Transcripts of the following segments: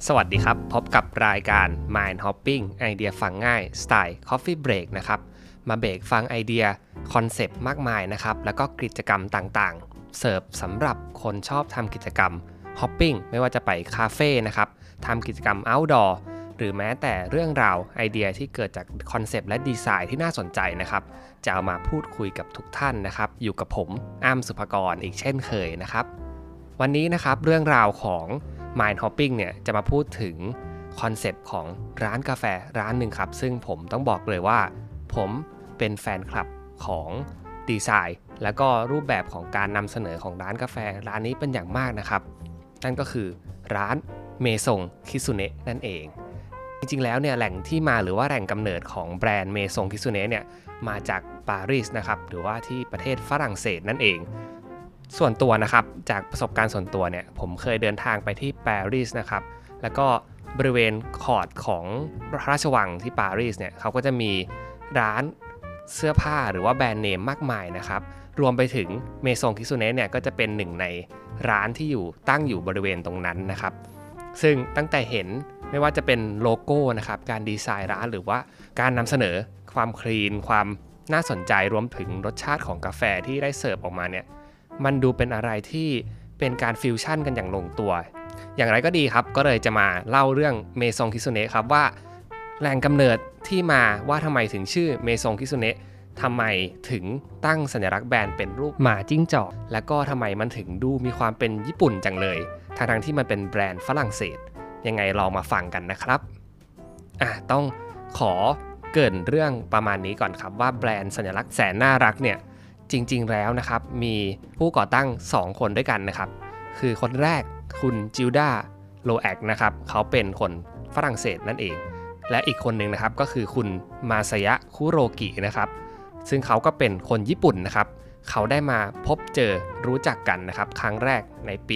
สวัสดีครับพบกับรายการ Mind Hopping ไอเดียฟังง่ายสไตล์ Coffee Break นะครับมาเบรกฟังไอเดียคอนเซปต์มากมายนะครับแล้วก็กิจกรรมต่างๆเสิร์ฟสำหรับคนชอบทำกิจกรรม Hopping ไม่ว่าจะไปคาเฟ่นะครับทำกิจกรรม Outdoor หรือแม้แต่เรื่องราวไอเดียที่เกิดจากคอนเซปต์และดีไซน์ที่น่าสนใจนะครับจะเอามาพูดคุยกับทุกท่านนะครับอยู่กับผมอ้ำสุภกรอีกเช่นเคยนะครับวันนี้นะครับเรื่องราวของ Mind Hopping เนี่ยจะมาพูดถึงคอนเซปต์ของร้านกาแฟร้านหนึ่งครับซึ่งผมต้องบอกเลยว่าผมเป็นแฟนคลับของดีไซน์แล้วก็รูปแบบของการนำเสนอของร้านกาแฟร้านนี้เป็นอย่างมากนะครับนั่นก็คือร้านเมซงคิซุเนะนั่นเองจริงๆแล้วเนี่ยแหล่งที่มาหรือว่าแหล่งกำเนิดของแบรนด์เมซงคิซุเนะเนี่ยมาจากปารีสนะครับหรือว่าที่ประเทศฝรั่งเศสนั่นเองส่วนตัวนะครับจากประสบการณ์ส่วนตัวเนี่ยผมเคยเดินทางไปที่ปารีสนะครับแล้วก็บริเวณคอร์ทของพระราชวังที่ปารีสเนี่ยเขาก็จะมีร้านเสื้อผ้าหรือว่าแบรนด์เนมมากมายนะครับรวมไปถึงเมซงคิซุเนะเนี่ยก็จะเป็นหนึ่งในร้านที่ตั้งอยู่บริเวณตรงนั้นนะครับซึ่งตั้งแต่เห็นไม่ว่าจะเป็นโลโก้นะครับการดีไซน์ร้านหรือว่าการนำเสนอความคลีนความน่าสนใจรวมถึงรสชาติของกาแฟที่ได้เสิร์ฟออกมาเนี่ยมันดูเป็นอะไรที่เป็นการฟิวชั่นกันอย่างลงตัวอย่างไรก็ดีครับก็เลยจะมาเล่าเรื่องเมซงคิซุเนะครับว่าแหล่งกำเนิดที่มาว่าทำไมถึงชื่อเมซงคิซุเนะทำไมถึงตั้งสัญลักษณ์แบรนด์เป็นรูปหมาจิ้งจอกและก็ทำไมมันถึงดูมีความเป็นญี่ปุ่นจังเลยทั้งที่มันเป็นแบรนด์ฝรั่งเศสยังไงลองมาฟังกันนะครับต้องขอเกริ่นเรื่องประมาณนี้ก่อนครับว่าแบรนด์สัญลักษณ์แสนน่ารักเนี่ยจริงๆแล้วนะครับมีผู้ก่อตั้ง2คนด้วยกันนะครับคือคนแรกคุณจิลดาโลแอกนะครับเขาเป็นคนฝรั่งเศสนั่นเองและอีกคนหนึ่งนะครับก็คือคุณมาซายะคุโรกินะครับซึ่งเขาก็เป็นคนญี่ปุ่นนะครับเขาได้มาพบเจอรู้จักกันนะครับครั้งแรกในปี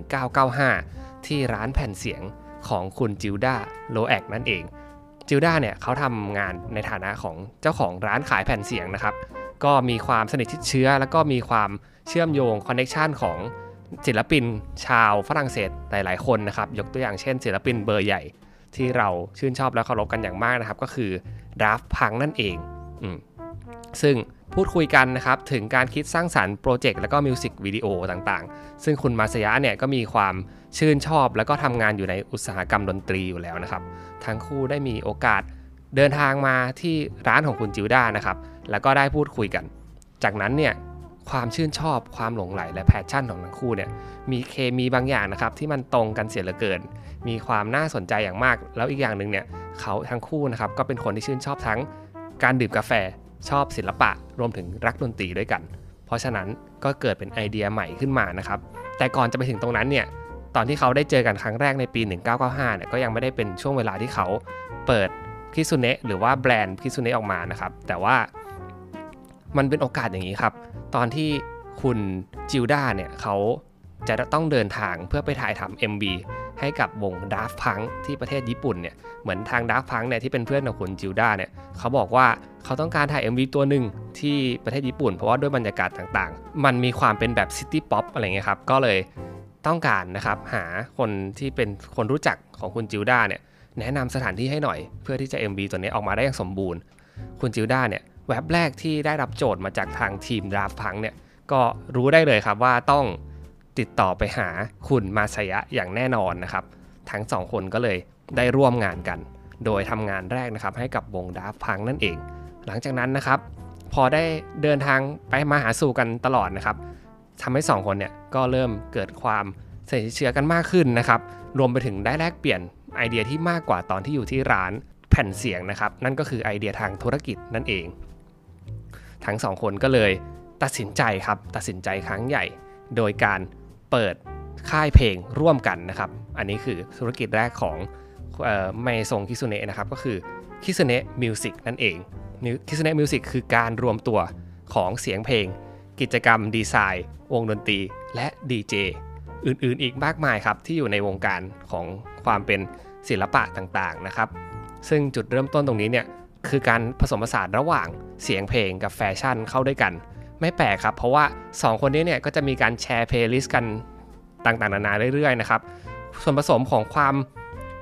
1995ที่ร้านแผ่นเสียงของคุณจิลดาโลแอกนั่นเองจิลดาเนี่ยเขาทำงานในฐานะของเจ้าของร้านขายแผ่นเสียงนะครับก็มีความสนิทชิดเชื้อแล้วก็มีความเชื่อมโยงคอนเนคชันของศิลปินชาวฝรั่งเศสหลายๆคนนะครับยกตัวอย่างเช่นศิลปินเบอร์ใหญ่ที่เราชื่นชอบและเคารพกันอย่างมากนะครับก็คือDaft Punkนั่นเองซึ่งพูดคุยกันนะครับถึงการคิดสร้างสรรค์โปรเจกต์และก็มิวสิกวิดีโอต่างๆซึ่งคุณมาซายะเนี่ยก็มีความชื่นชอบและก็ทำงานอยู่ในอุตสาหกรรมดนตรีอยู่แล้วนะครับทั้งคู่ได้มีโอกาสเดินทางมาที่ร้านของคุณจิลดานะครับแล้วก็ได้พูดคุยกันจากนั้นเนี่ยความชื่นชอบความหลงใหลและแพชชั่นของทั้งคู่เนี่ยมีเคมีบางอย่างนะครับที่มันตรงกันเสียเหลือเกินมีความน่าสนใจอย่างมากแล้วอีกอย่างหนึ่งเนี่ยเขาทั้งคู่นะครับก็เป็นคนที่ชื่นชอบทั้งการดื่มกาแฟชอบศิลปะรวมถึงรักดนตรีด้วยกันเพราะฉะนั้นก็เกิดเป็นไอเดียใหม่ขึ้นมานะครับแต่ก่อนจะไปถึงตรงนั้นเนี่ยตอนที่เขาได้เจอกันครั้งแรกในปี1995เนี่ยก็ยังไม่ได้เป็นช่วงเวลาที่เขาเปิดคิซุเนะหรือว่าแบรนด์คิซุเนะออกมานะครับแต่ว่ามันเป็นโอกาสอย่างนี้ครับตอนที่คุณจิลดาเนี่ยเขาจะต้องเดินทางเพื่อไปถ่ายทำ MV ให้กับวง Daft Punk ที่ประเทศญี่ปุ่นเนี่ยเหมือนทาง Daft Punk เนี่ยที่เป็นเพื่อนของคุณจิลดาเนี่ยเขาบอกว่าเขาต้องการถ่าย MV ตัวหนึ่งที่ประเทศญี่ปุ่นเพราะว่าด้วยบรรยากาศต่างๆมันมีความเป็นแบบซิตี้ป๊อปอะไรเงี้ยครับก็เลยต้องการนะครับหาคนที่เป็นคนรู้จักของคุณจิลดาเนี่ยแนะนำสถานที่ให้หน่อยเพื่อที่จะ MV ตัวนี้ออกมาได้อย่างสมบูรณ์คุณจิลดาเนี่ยแว็บแรกที่ได้รับโจทย์มาจากทางทีม Daft Punk เนี่ยก็รู้ได้เลยครับว่าต้องติดต่อไปหาคุณมาซายะอย่างแน่นอนนะครับทั้ง2คนก็เลยได้ร่วมงานกันโดยทำงานแรกนะครับให้กับวง Daft Punk นั่นเองหลังจากนั้นนะครับพอได้เดินทางไปมาหาสู่กันตลอดนะครับทำให้2คนเนี่ยก็เริ่มเกิดความสนิทเชื้อกันมากขึ้นนะครับรวมไปถึงได้แลกเปลี่ยนไอเดียที่มากกว่าตอนที่อยู่ที่ร้านแผ่นเสียงนะครับนั่นก็คือไอเดียทางธุรกิจนั่นเองทั้ง2คนก็เลยตัดสินใจครั้งใหญ่โดยการเปิดค่ายเพลงร่วมกันนะครับอันนี้คือธุรกิจแรกของเมซงคิซุเนะนะครับก็คือคิซุเนะมิวสิกนั่นเองคิซุเนะมิวสิกคือการรวมตัวของเสียงเพลงกิจกรรมดีไซน์วงดนตรีและดีเจอื่นๆอีกมากมายครับที่อยู่ในวงการของความเป็นศิลปะต่างๆนะครับซึ่งจุดเริ่มต้นตรงนี้เนี่ยคือการผสมผสานระหว่างเสียงเพลงกับแฟชั่นเข้าด้วยกันไม่แปลกครับเพราะว่า2คนนี้เนี่ยก็จะมีการแชร์เพลย์ลิสต์กันต่างๆนานาเรื่อยๆนะครับส่วนผสมของความ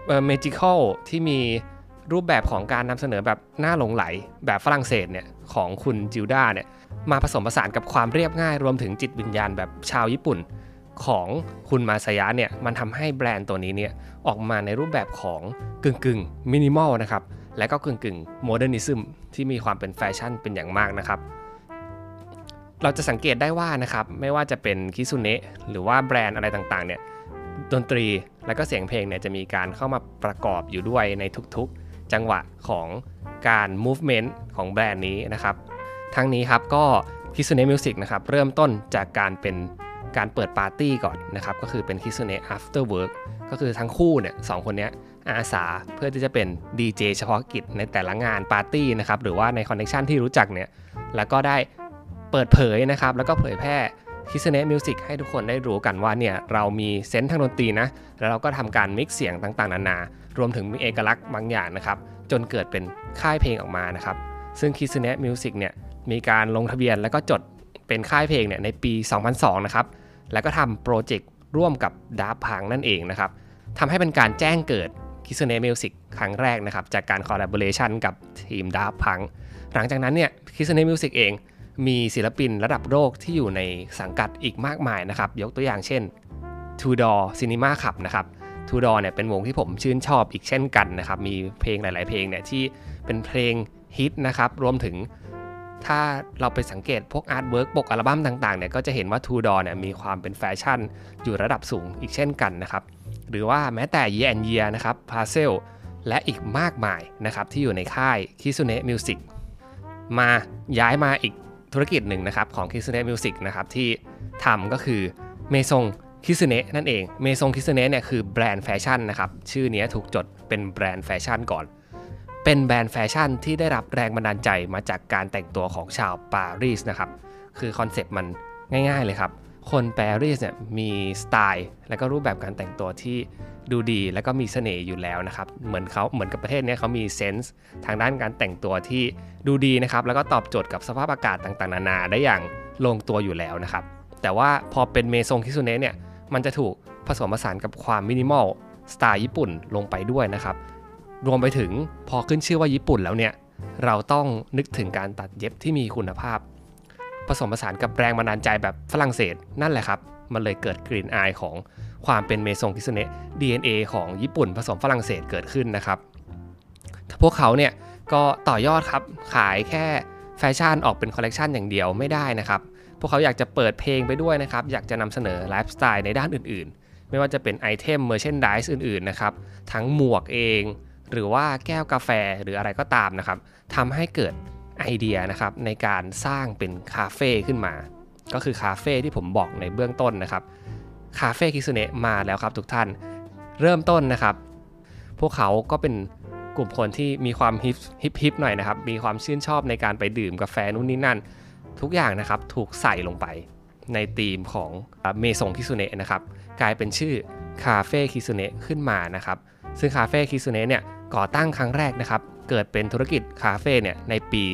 เมจิคอลที่มีรูปแบบของการนำเสนอแบบน่าหลงไหลแบบฝรั่งเศสเนี่ยของคุณจิลดาเนี่ยมาผสมผสานกับความเรียบง่ายรวมถึงจิตวิญญาณแบบชาวญี่ปุ่นของคุณมาซายะเนี่ยมันทำให้แบรนด์ตัวนี้เนี่ยออกมาในรูปแบบของกึ่งมินิมอลนะครับและก็กึ่งโมเดิร์นิซึมที่มีความเป็นแฟชั่นเป็นอย่างมากนะครับเราจะสังเกตได้ว่านะครับไม่ว่าจะเป็นคิซุเนะหรือว่าแบรนด์อะไรต่างๆเนี่ยดนตรีและก็เสียงเพลงเนี่ยจะมีการเข้ามาประกอบอยู่ด้วยในทุกๆจังหวะของการ movement ของแบรนด์นี้นะครับทั้งนี้ครับก็คิซุเนะมิวสิกนะครับเริ่มต้นจากการเปิดปาร์ตี้ก่อนนะครับก็คือเป็นคิซุเนะ after work ก็คือทั้งคู่เนี่ยสองคนนี้อาสาเพื่อที่จะเป็นดีเจเฉพาะกิจในแต่ละงานปาร์ตี้นะครับหรือว่าในคอนเนคชันที่รู้จักเนี่ยแล้วก็ได้เปิดเผยนะครับแล้วก็เผยแพร่คิซุเนะมิวสิกให้ทุกคนได้รู้กันว่าเนี่ยเรามีเซนส์ทางดนตรีนะแล้วเราก็ทำการมิกซ์เสียงต่างๆนานารวมถึงมีเอกลักษณ์บางอย่างนะครับจนเกิดเป็นค่ายเพลงออกมานะครับซึ่งคิซุเนะมิวสิกเนี่ยมีการลงทะเบียนแล้วก็จดเป็นค่ายเพลงเนี่ยในปี 2002 นะครับแล้วก็ทำโปรเจกต์ร่วมกับ Daft Punk นั่นเองนะครับทำให้เป็นการแจ้งเกิดคิซุเนะมิวสิกครั้งแรกนะครับจากการคอลลาบอเรชันกับทีม Daft Punk หลังจากนั้นเนี่ยคิซุเนะมิวสิกเองมีศิลปินระดับโลกที่อยู่ในสังกัดอีกมากมายนะครับยกตัวอย่างเช่น Two Door Cinema Club นะครับ Two Door เนี่ยเป็นวงที่ผมชื่นชอบอีกเช่นกันนะครับมีเพลงหลายๆเพลงเนี่ยที่เป็นเพลงฮิตนะครับรวมถึงถ้าเราไปสังเกตพวกอาร์ตเวิร์กปกอัลบั้มต่างๆเนี่ยก็จะเห็นว่า Two Door เนี่ยมีความเป็นแฟชั่นอยู่ระดับสูงอีกเช่นกันนะครับหรือว่าแม้แต่ Year and Year นะครับ Parcel และอีกมากมายนะครับที่อยู่ในค่าย Kitsune Music มาย้ายมาอีกธุรกิจหนึ่งนะครับของ Kitsune Music นะครับที่ทำก็คือเมซงคิซุเนะนั่นเองเมซงคิซุเนะเนี่ยคือแบรนด์แฟชั่นนะครับชื่อนี้ถูกจดเป็นแบรนด์แฟชั่นก่อนเป็นแบรนด์แฟชั่นที่ได้รับแรงบันดาลใจมาจากการแต่งตัวของชาวปารีสนะครับคือคอนเซปต์มันง่ายๆเลยครับคนปารีสเนี่ยมีสไตล์และก็รูปแบบการแต่งตัวที่ดูดีและก็มีเสน่ห์อยู่แล้วนะครับเหมือนกับประเทศนี้เขามีเซนส์ทางด้านการแต่งตัวที่ดูดีนะครับแล้วก็ตอบโจทย์กับสภาพอากาศต่างๆนานาได้อย่างลงตัวอยู่แล้วนะครับแต่ว่าพอเป็นเมซงคิซุเนะเนี่ยมันจะถูกผสมผสานกับความมินิมอลสไตล์ญี่ปุ่นลงไปด้วยนะครับรวมไปถึงพอขึ้นชื่อว่าญี่ปุ่นแล้วเนี่ยเราต้องนึกถึงการตัดเย็บที่มีคุณภาพผสมผสานกับแรงบันดาลใจแบบฝรั่งเศสนั่นแหละครับมันเลยเกิดกลิ่นอายของความเป็นเมซงคิซุเนะ DNA ของญี่ปุ่นผสมฝรั่งเศสเกิดขึ้นนะครับพวกเขาเนี่ยก็ต่อยอดครับขายแค่แฟชั่นออกเป็นคอลเลกชันอย่างเดียวไม่ได้นะครับพวกเขาอยากจะเปิดเพลงไปด้วยนะครับอยากจะนำเสนอไลฟ์สไตล์ในด้านอื่นๆไม่ว่าจะเป็นไอเทมเมอร์เชนไดส์อื่นๆนะครับทั้งหมวกเองหรือว่าแก้วกาแฟหรืออะไรก็ตามนะครับทำให้เกิดไอเดียนะครับในการสร้างเป็นคาเฟ่ขึ้นมาก็คือคาเฟ่ที่ผมบอกในเบื้องต้นนะครับคาเฟ่คิซุเนะมาแล้วครับทุกท่านเริ่มต้นนะครับพวกเขาก็เป็นกลุ่มคนที่มีความฮิปหน่อยนะครับมีความชื่นชอบในการไปดื่มกาแฟนู่นนี่นั่นทุกอย่างนะครับถูกใส่ลงไปในธีมของเมซงคิซุเนะนะครับกลายเป็นชื่อคาเฟ่คิซุเนะขึ้นมานะครับซึ่งคาเฟ่คิซุเนะเนี่ยก่อตั้งครั้งแรกนะครับเกิดเป็นธุรกิจคาเฟ่เนี่ยในปี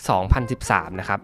2013 นะครับ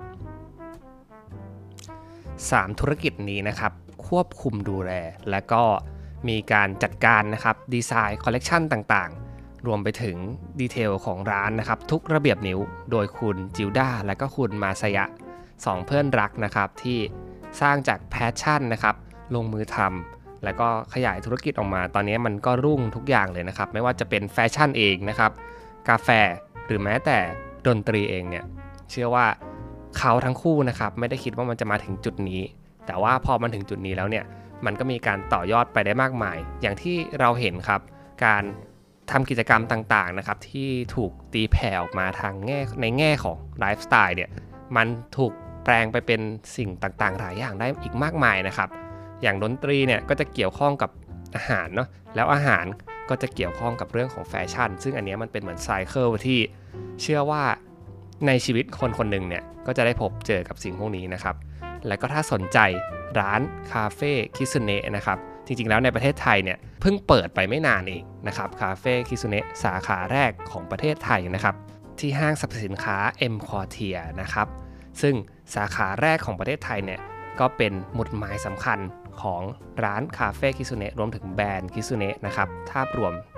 3ธุรกิจนี้นะครับควบคุมดูแลและก็มีการจัดการนะครับดีไซน์คอลเลกชันต่างๆรวมไปถึงดีเทลของร้านนะครับทุกระเบียบนิ้วโดยคุณจิลดาและก็คุณมาซายะ2เพื่อนรักนะครับที่สร้างจากแพชชั่นนะครับลงมือทำแล้วก็ขยายธุรกิจออกมาตอนนี้มันก็รุ่งทุกอย่างเลยนะครับไม่ว่าจะเป็นแฟชั่นเองนะครับกาแฟหรือแม้แต่ดนตรีเองเนี่ยเชื่อว่าเขาทั้งคู่นะครับไม่ได้คิดว่ามันจะมาถึงจุดนี้แต่ว่าพอมันถึงจุดนี้แล้วเนี่ยมันก็มีการต่อยอดไปได้มากมายอย่างที่เราเห็นครับการทำกิจกรรมต่างๆนะครับที่ถูกตีแผ่ออกมาทางในแง่ของไลฟ์สไตล์เนี่ยมันถูกแปลงไปเป็นสิ่งต่างๆหลายอย่างได้อีกมากมายนะครับอย่างดนตรีเนี่ยก็จะเกี่ยวข้องกับอาหารเนาะแล้วอาหารก็จะเกี่ยวข้องกับเรื่องของแฟชั่นซึ่งอันนี้มันเป็นเหมือนไซเคิลที่เชื่อว่าในชีวิตคนคนหนึ่งเนี่ยก็จะได้พบเจอกับสิ่งพวกนี้นะครับและก็ถ้าสนใจร้านคาเฟ่คิซุเนะนะครับจริงๆแล้วในประเทศไทยเนี่ยเพิ่งเปิดไปไม่นานเองนะครับคาเฟ่คิซุเนะสาขาแรกของประเทศไทยนะครับที่ห้างสรรพสินค้า M Quartier นะครับซึ่งสาขาแรกของประเทศไทยเนี่ยก็เป็นหมุดหมายสำคัญของร้านคาเฟ่คิซุเนะรวมถึงแบรนด์คิซุเนะนะครับภาพรวม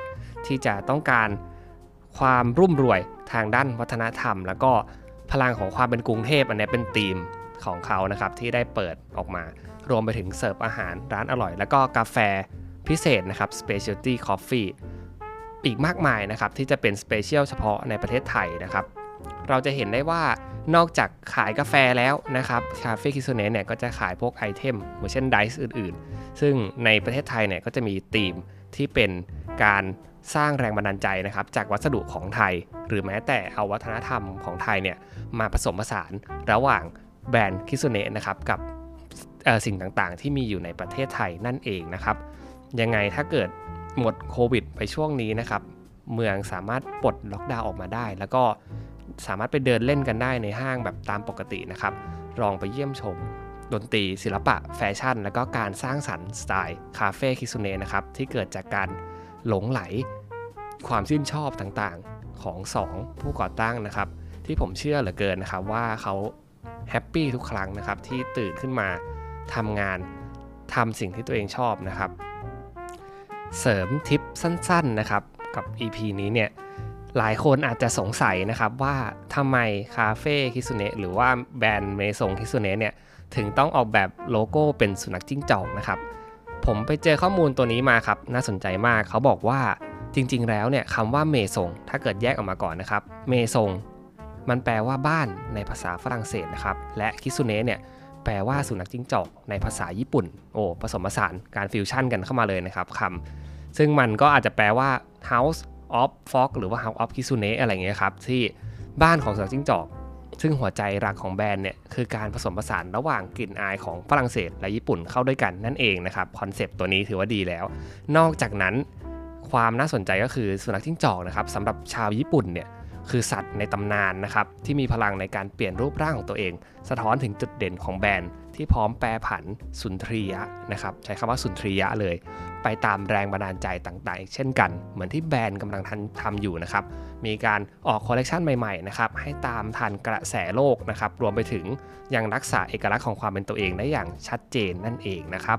ที่จะต้องการความรุ่มรวยทางด้านวัฒนธรรมแล้วก็พลังของความเป็นกรุงเทพอันนี้เป็นธีมของเขานะครับที่ได้เปิดออกมารวมไปถึงเสิร์ฟอาหารร้านอร่อยแล้วก็กาแฟพิเศษนะครับ Specialty Coffee อีกมากมายนะครับที่จะเป็นสเปเชียลเฉพาะในประเทศไทยนะครับเราจะเห็นได้ว่านอกจากขายกาแฟแล้วนะครับคาเฟ่คิโซเนะเนี่ยก็จะขายพวกไอเทมเหมือนเช่นไดซ์อื่นๆซึ่งในประเทศไทยเนี่ยก็จะมีธีมที่เป็นการสร้างแรงบันดาลใจนะครับจากวัสดุของไทยหรือแม้แต่เอาวัฒนธรรมของไทยเนี่ยมาผสมผสานระหว่างแบรนด์คิโซเนะนะครับกับสิ่งต่างๆที่มีอยู่ในประเทศไทยนั่นเองนะครับยังไงถ้าเกิดหมดโควิดไปช่วงนี้นะครับเมืองสามารถปลดล็อกดาวน์ออกมาได้แล้วก็สามารถไปเดินเล่นกันได้ในห้างแบบตามปกตินะครับลองไปเยี่ยมชมดนตรีศิลปะแฟชั่นแล้วก็การสร้างสรรค์สไตล์คาเฟ่คิโซเนะนะครับที่เกิดจากการหลงไหลความชื่นชอบต่างๆของ2ผู้ก่อตั้งนะครับที่ผมเชื่อเหลือเกินนะครับว่าเขาแฮปปี้ทุกครั้งนะครับที่ตื่นขึ้นมาทำงานทำสิ่งที่ตัวเองชอบนะครับเสริมทิปสั้นๆนะครับกับ EP นี้เนี่ยหลายคนอาจจะสงสัยนะครับว่าทำไมคาเฟ่คิซุเนะหรือว่าแบรนด์เมซงคิซุเนะเนี่ยถึงต้องออกแบบโลโก้เป็นสุนัขจิ้งจอกนะครับผมไปเจอข้อมูลตัวนี้มาครับน่าสนใจมากเขาบอกว่าจริงๆแล้วเนี่ยคำว่าเมซงถ้าเกิดแยกออกมาก่อนนะครับเมซงมันแปลว่าบ้านในภาษาฝรั่งเศสนะครับและคิซุเนะเนี่ยแปลว่าสุนัขจิ้งจอกในภาษาญี่ปุ่นผสมผสานการฟิวชั่นกันเข้ามาเลยนะครับคำซึ่งมันก็อาจจะแปลว่า House of Fox หรือว่า House of Kitsune อะไรเงี้ยครับที่บ้านของสุนัขจิ้งจอกซึ่งหัวใจหลักของแบรนด์เนี่ยคือการผสมผสานระหว่างกลิ่นอายของฝรั่งเศสและญี่ปุ่นเข้าด้วยกันนั่นเองนะครับคอนเซปต์ตัวนี้ถือว่าดีแล้วนอกจากนั้นความน่าสนใจก็คือสุนัขจิ้งจอกนะครับสำหรับชาวญี่ปุ่นเนี่ยคือสัตว์ในตำนานนะครับที่มีพลังในการเปลี่ยนรูปร่างของตัวเองสะท้อนถึงจุดเด่นของแบรนด์ที่พร้อมแปรผันสุนทรียะนะครับใช้คำว่าสุนทรียะเลยไปตามแรงบันดาลใจต่างๆเช่นกันเหมือนที่แบรนด์กำลังทำอยู่นะครับมีการออกคอลเลกชันใหม่ๆนะครับให้ตามทันกระแสโลกนะครับรวมไปถึงยังรักษาเอกลักษณ์ของความเป็นตัวเองได้อย่างชัดเจนนั่นเองนะครับ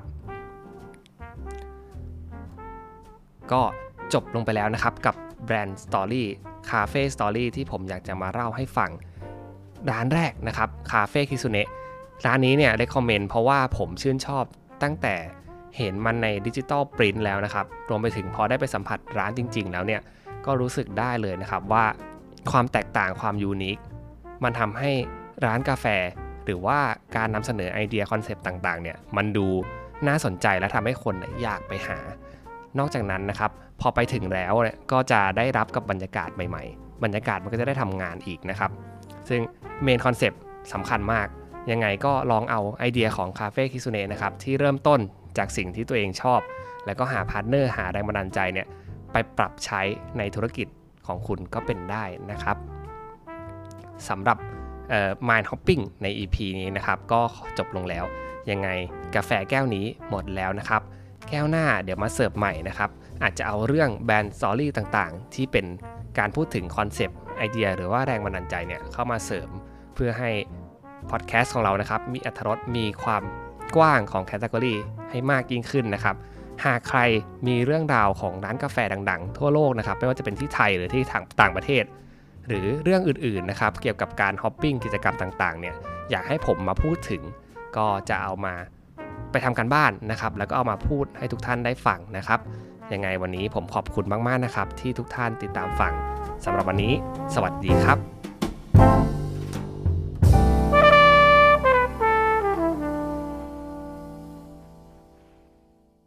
ก็จบลงไปแล้วนะครับกับแบรนด์สตอรี่คาเฟ่สตอรี่ที่ผมอยากจะมาเล่าให้ฟังร้านแรกนะครับคาเฟ่คิซุเนะร้านนี้เนี่ยเรคคอมเมนต์เพราะว่าผมชื่นชอบตั้งแต่เห็นมันในดิจิตอลปรินท์แล้วนะครับรวมไปถึงพอได้ไปสัมผัสร้านจริงๆแล้วเนี่ยก็รู้สึกได้เลยนะครับว่าความแตกต่างความยูนิคมันทำให้ร้านกาแฟหรือว่าการนำเสนอไอเดียคอนเซปต์ต่างๆเนี่ยมันดูน่าสนใจและทำให้คนอยากไปหานอกจากนั้นนะครับพอไปถึงแล้วเนี่ยก็จะได้รับกับบรรยากาศใหม่ๆบรรยากาศมันก็จะได้ทำงานอีกนะครับซึ่งเมนคอนเซปต์สำคัญมากยังไงก็ลองเอาไอเดียของคาเฟ่คิซุเนะนะครับที่เริ่มต้นจากสิ่งที่ตัวเองชอบแล้วก็หาพาร์ทเนอร์หาแรงบันดาลใจเนี่ยไปปรับใช้ในธุรกิจของคุณก็เป็นได้นะครับสำหรับMind Hopping ใน EP นี้นะครับก็จบลงแล้วยังไงกาแฟแก้วนี้หมดแล้วนะครับแก้วหน้าเดี๋ยวมาเสิร์ฟใหม่นะครับอาจจะเอาเรื่องแบรนด์สตอรี่ต่างๆที่เป็นการพูดถึงคอนเซปต์ไอเดียหรือว่าแรงบันดาลใจเนี่ยเข้ามาเสริมเพื่อให้พอดแคสต์ของเรานะครับมีอรรถรสมีความกว้างของแคตตากรีให้มากยิ่งขึ้นนะครับหากใครมีเรื่องราวของร้านกาแฟดังๆทั่วโลกนะครับไม่ว่าจะเป็นที่ไทยหรือที่ต่างประเทศหรือเรื่องอื่นๆนะครับเกี่ยวกับการฮอปปิ้งกิจกรรมต่างๆเนี่ยอยากให้ผมมาพูดถึงก็จะเอามาไปทำการบ้านนะครับแล้วก็เอามาพูดให้ทุกท่านได้ฟังนะครับยังไงวันนี้ผมขอบคุณมากๆนะครับที่ทุกท่านติดตามฟังสำหรับวันนี้สวัสดีครับ